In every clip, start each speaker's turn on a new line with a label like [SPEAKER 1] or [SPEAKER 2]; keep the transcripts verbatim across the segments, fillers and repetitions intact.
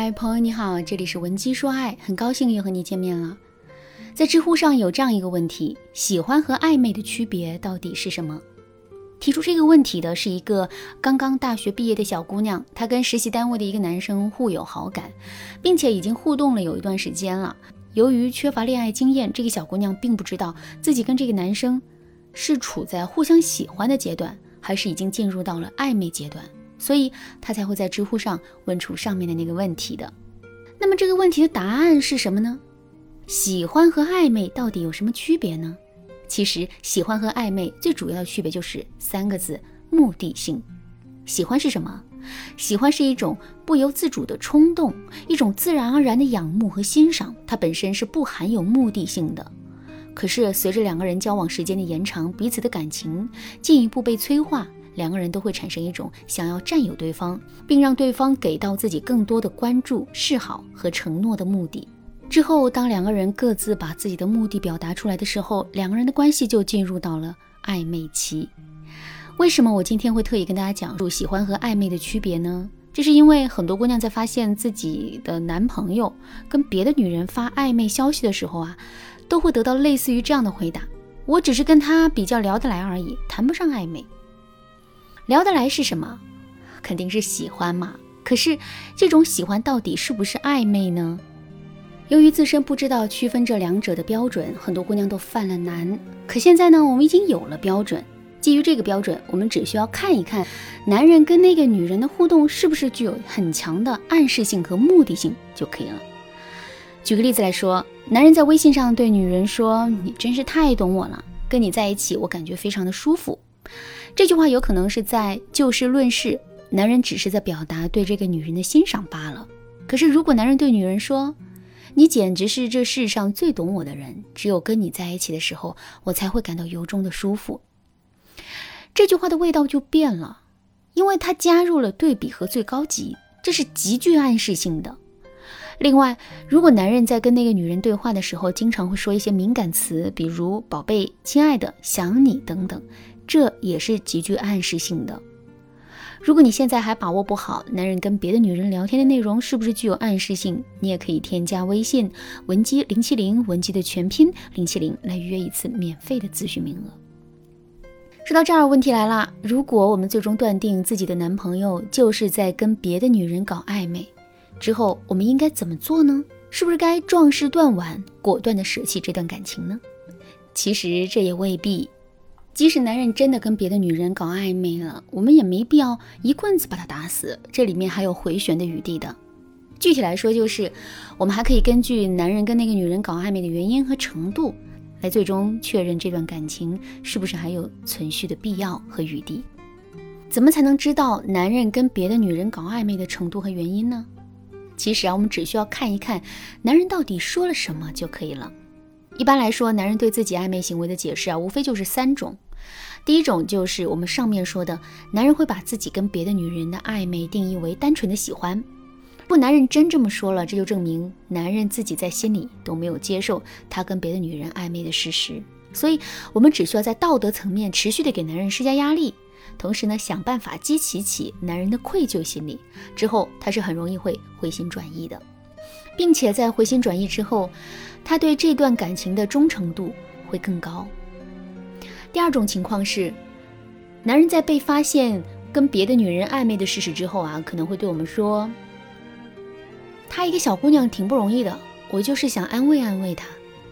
[SPEAKER 1] 嗨，朋友你好，这里是文姬说爱，很高兴又和你见面了。在知乎上有这样一个问题，喜欢和暧昧的区别到底是什么？提出这个问题的是一个刚刚大学毕业的小姑娘，她跟实习单位的一个男生互有好感，并且已经互动了有一段时间了。由于缺乏恋爱经验，这个小姑娘并不知道自己跟这个男生是处在互相喜欢的阶段，还是已经进入到了暧昧阶段，所以她才会在知乎上问出上面的那个问题的。那么这个问题的答案是什么呢？喜欢和暧昧到底有什么区别呢？其实喜欢和暧昧最主要的区别就是三个字：目的性。喜欢是什么？喜欢是一种不由自主的冲动，一种自然而然的仰慕和欣赏，它本身是不含有目的性的。可是随着两个人交往时间的延长，彼此的感情进一步被催化，两个人都会产生一种想要占有对方，并让对方给到自己更多的关注、示好和承诺的目的。之后当两个人各自把自己的目的表达出来的时候，两个人的关系就进入到了暧昧期。为什么我今天会特意跟大家讲述喜欢和暧昧的区别呢？这是因为很多姑娘在发现自己的男朋友跟别的女人发暧昧消息的时候啊，都会得到类似于这样的回答：我只是跟他比较聊得来而已，谈不上暧昧。聊得来是什么？肯定是喜欢嘛。可是这种喜欢到底是不是暧昧呢？由于自身不知道区分这两者的标准，很多姑娘都犯了难。可现在呢，我们已经有了标准，基于这个标准，我们只需要看一看男人跟那个女人的互动是不是具有很强的暗示性和目的性就可以了。举个例子来说，男人在微信上对女人说：你真是太懂我了，跟你在一起我感觉非常的舒服。这句话有可能是在就事论事，男人只是在表达对这个女人的欣赏罢了。可是如果男人对女人说：你简直是这世上最懂我的人，只有跟你在一起的时候，我才会感到由衷的舒服。这句话的味道就变了，因为它加入了对比和最高级，这是极具暗示性的。另外，如果男人在跟那个女人对话的时候，经常会说一些敏感词，比如宝贝、亲爱的、想你等等，这也是极具暗示性的。如果你现在还把握不好男人跟别的女人聊天的内容是不是具有暗示性，你也可以添加微信文姬零七零，文姬的全拼零七零，来预约一次免费的咨询名额。说到这儿，问题来了，如果我们最终断定自己的男朋友就是在跟别的女人搞暧昧之后，我们应该怎么做呢？是不是该壮士断腕，果断的舍弃这段感情呢？其实这也未必。即使男人真的跟别的女人搞暧昧了，我们也没必要一棍子把他打死，这里面还有回旋的余地的。具体来说，就是我们还可以根据男人跟那个女人搞暧昧的原因和程度，来最终确认这段感情是不是还有存续的必要和余地。怎么才能知道男人跟别的女人搞暧昧的程度和原因呢？其实啊，我们只需要看一看男人到底说了什么就可以了。一般来说，男人对自己暧昧行为的解释啊，无非就是三种。第一种就是我们上面说的，男人会把自己跟别的女人的暧昧定义为单纯的喜欢。如果男人真这么说了，这就证明男人自己在心里都没有接受他跟别的女人暧昧的事实。所以我们只需要在道德层面持续的给男人施加压力，同时呢，想办法激起起男人的愧疚心理，之后他是很容易会回心转意的，并且在回心转意之后，他对这段感情的忠诚度会更高。第二种情况是，男人在被发现跟别的女人暧昧的事实之后啊，可能会对我们说：她一个小姑娘挺不容易的，我就是想安慰安慰她。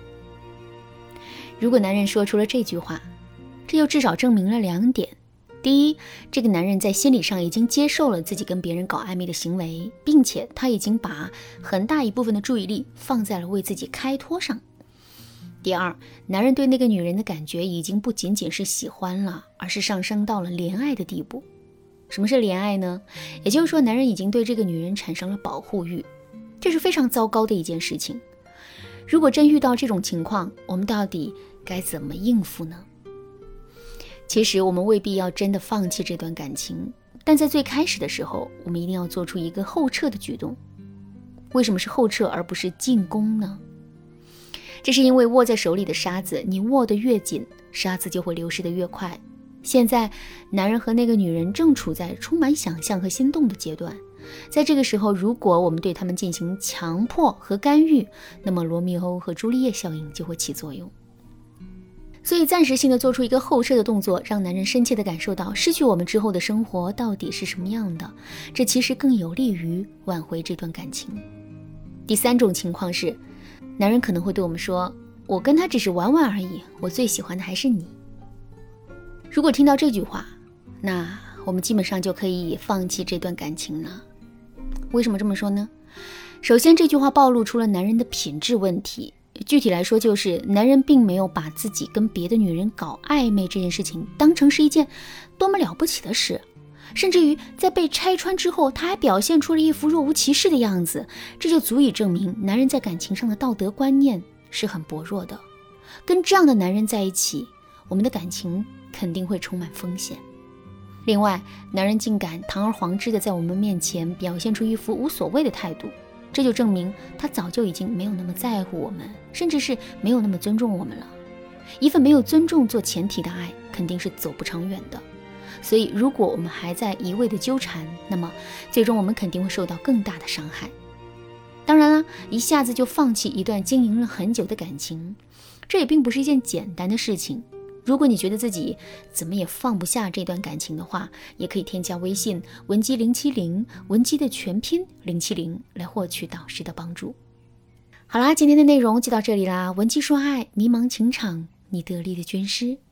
[SPEAKER 1] 如果男人说出了这句话，这就至少证明了两点。第一，这个男人在心理上已经接受了自己跟别人搞暧昧的行为，并且他已经把很大一部分的注意力放在了为自己开脱上。第二，男人对那个女人的感觉已经不仅仅是喜欢了，而是上升到了怜爱的地步。什么是怜爱呢？也就是说，男人已经对这个女人产生了保护欲，这是非常糟糕的一件事情。如果真遇到这种情况，我们到底该怎么应付呢？其实我们未必要真的放弃这段感情，但在最开始的时候，我们一定要做出一个后撤的举动。为什么是后撤而不是进攻呢？这是因为握在手里的沙子，你握得越紧，沙子就会流失得越快。 现在男人和那个女人正处在充满想象和心动的阶段，在这个时候，如果我们对他们进行强迫和干预，那么罗密欧和朱丽叶效应就会起作用。所以暂时性的做出一个后撤的动作，让男人深切的感受到失去我们之后的生活到底是什么样的，这其实更有利于挽回这段感情。第三种情况是，男人可能会对我们说，我跟他只是玩玩而已，我最喜欢的还是你。如果听到这句话，那我们基本上就可以放弃这段感情了。为什么这么说呢？首先，这句话暴露出了男人的品质问题。具体来说，就是男人并没有把自己跟别的女人搞暧昧这件事情当成是一件多么了不起的事，甚至于在被拆穿之后，他还表现出了一副若无其事的样子，这就足以证明男人在感情上的道德观念是很薄弱的。跟这样的男人在一起，我们的感情肯定会充满风险。另外，男人竟敢堂而皇之的在我们面前表现出一副无所谓的态度，这就证明他早就已经没有那么在乎我们，甚至是没有那么尊重我们了。一份没有尊重做前提的爱，肯定是走不长远的。所以如果我们还在一味的纠缠，那么最终我们肯定会受到更大的伤害。当然了，一下子就放弃一段经营了很久的感情，这也并不是一件简单的事情。如果你觉得自己怎么也放不下这段感情的话，也可以添加微信文姬零七零，文姬的全拼零七零，来获取导师的帮助。好啦，今天的内容就到这里啦。文姬说爱，迷茫情场，你得力的军师。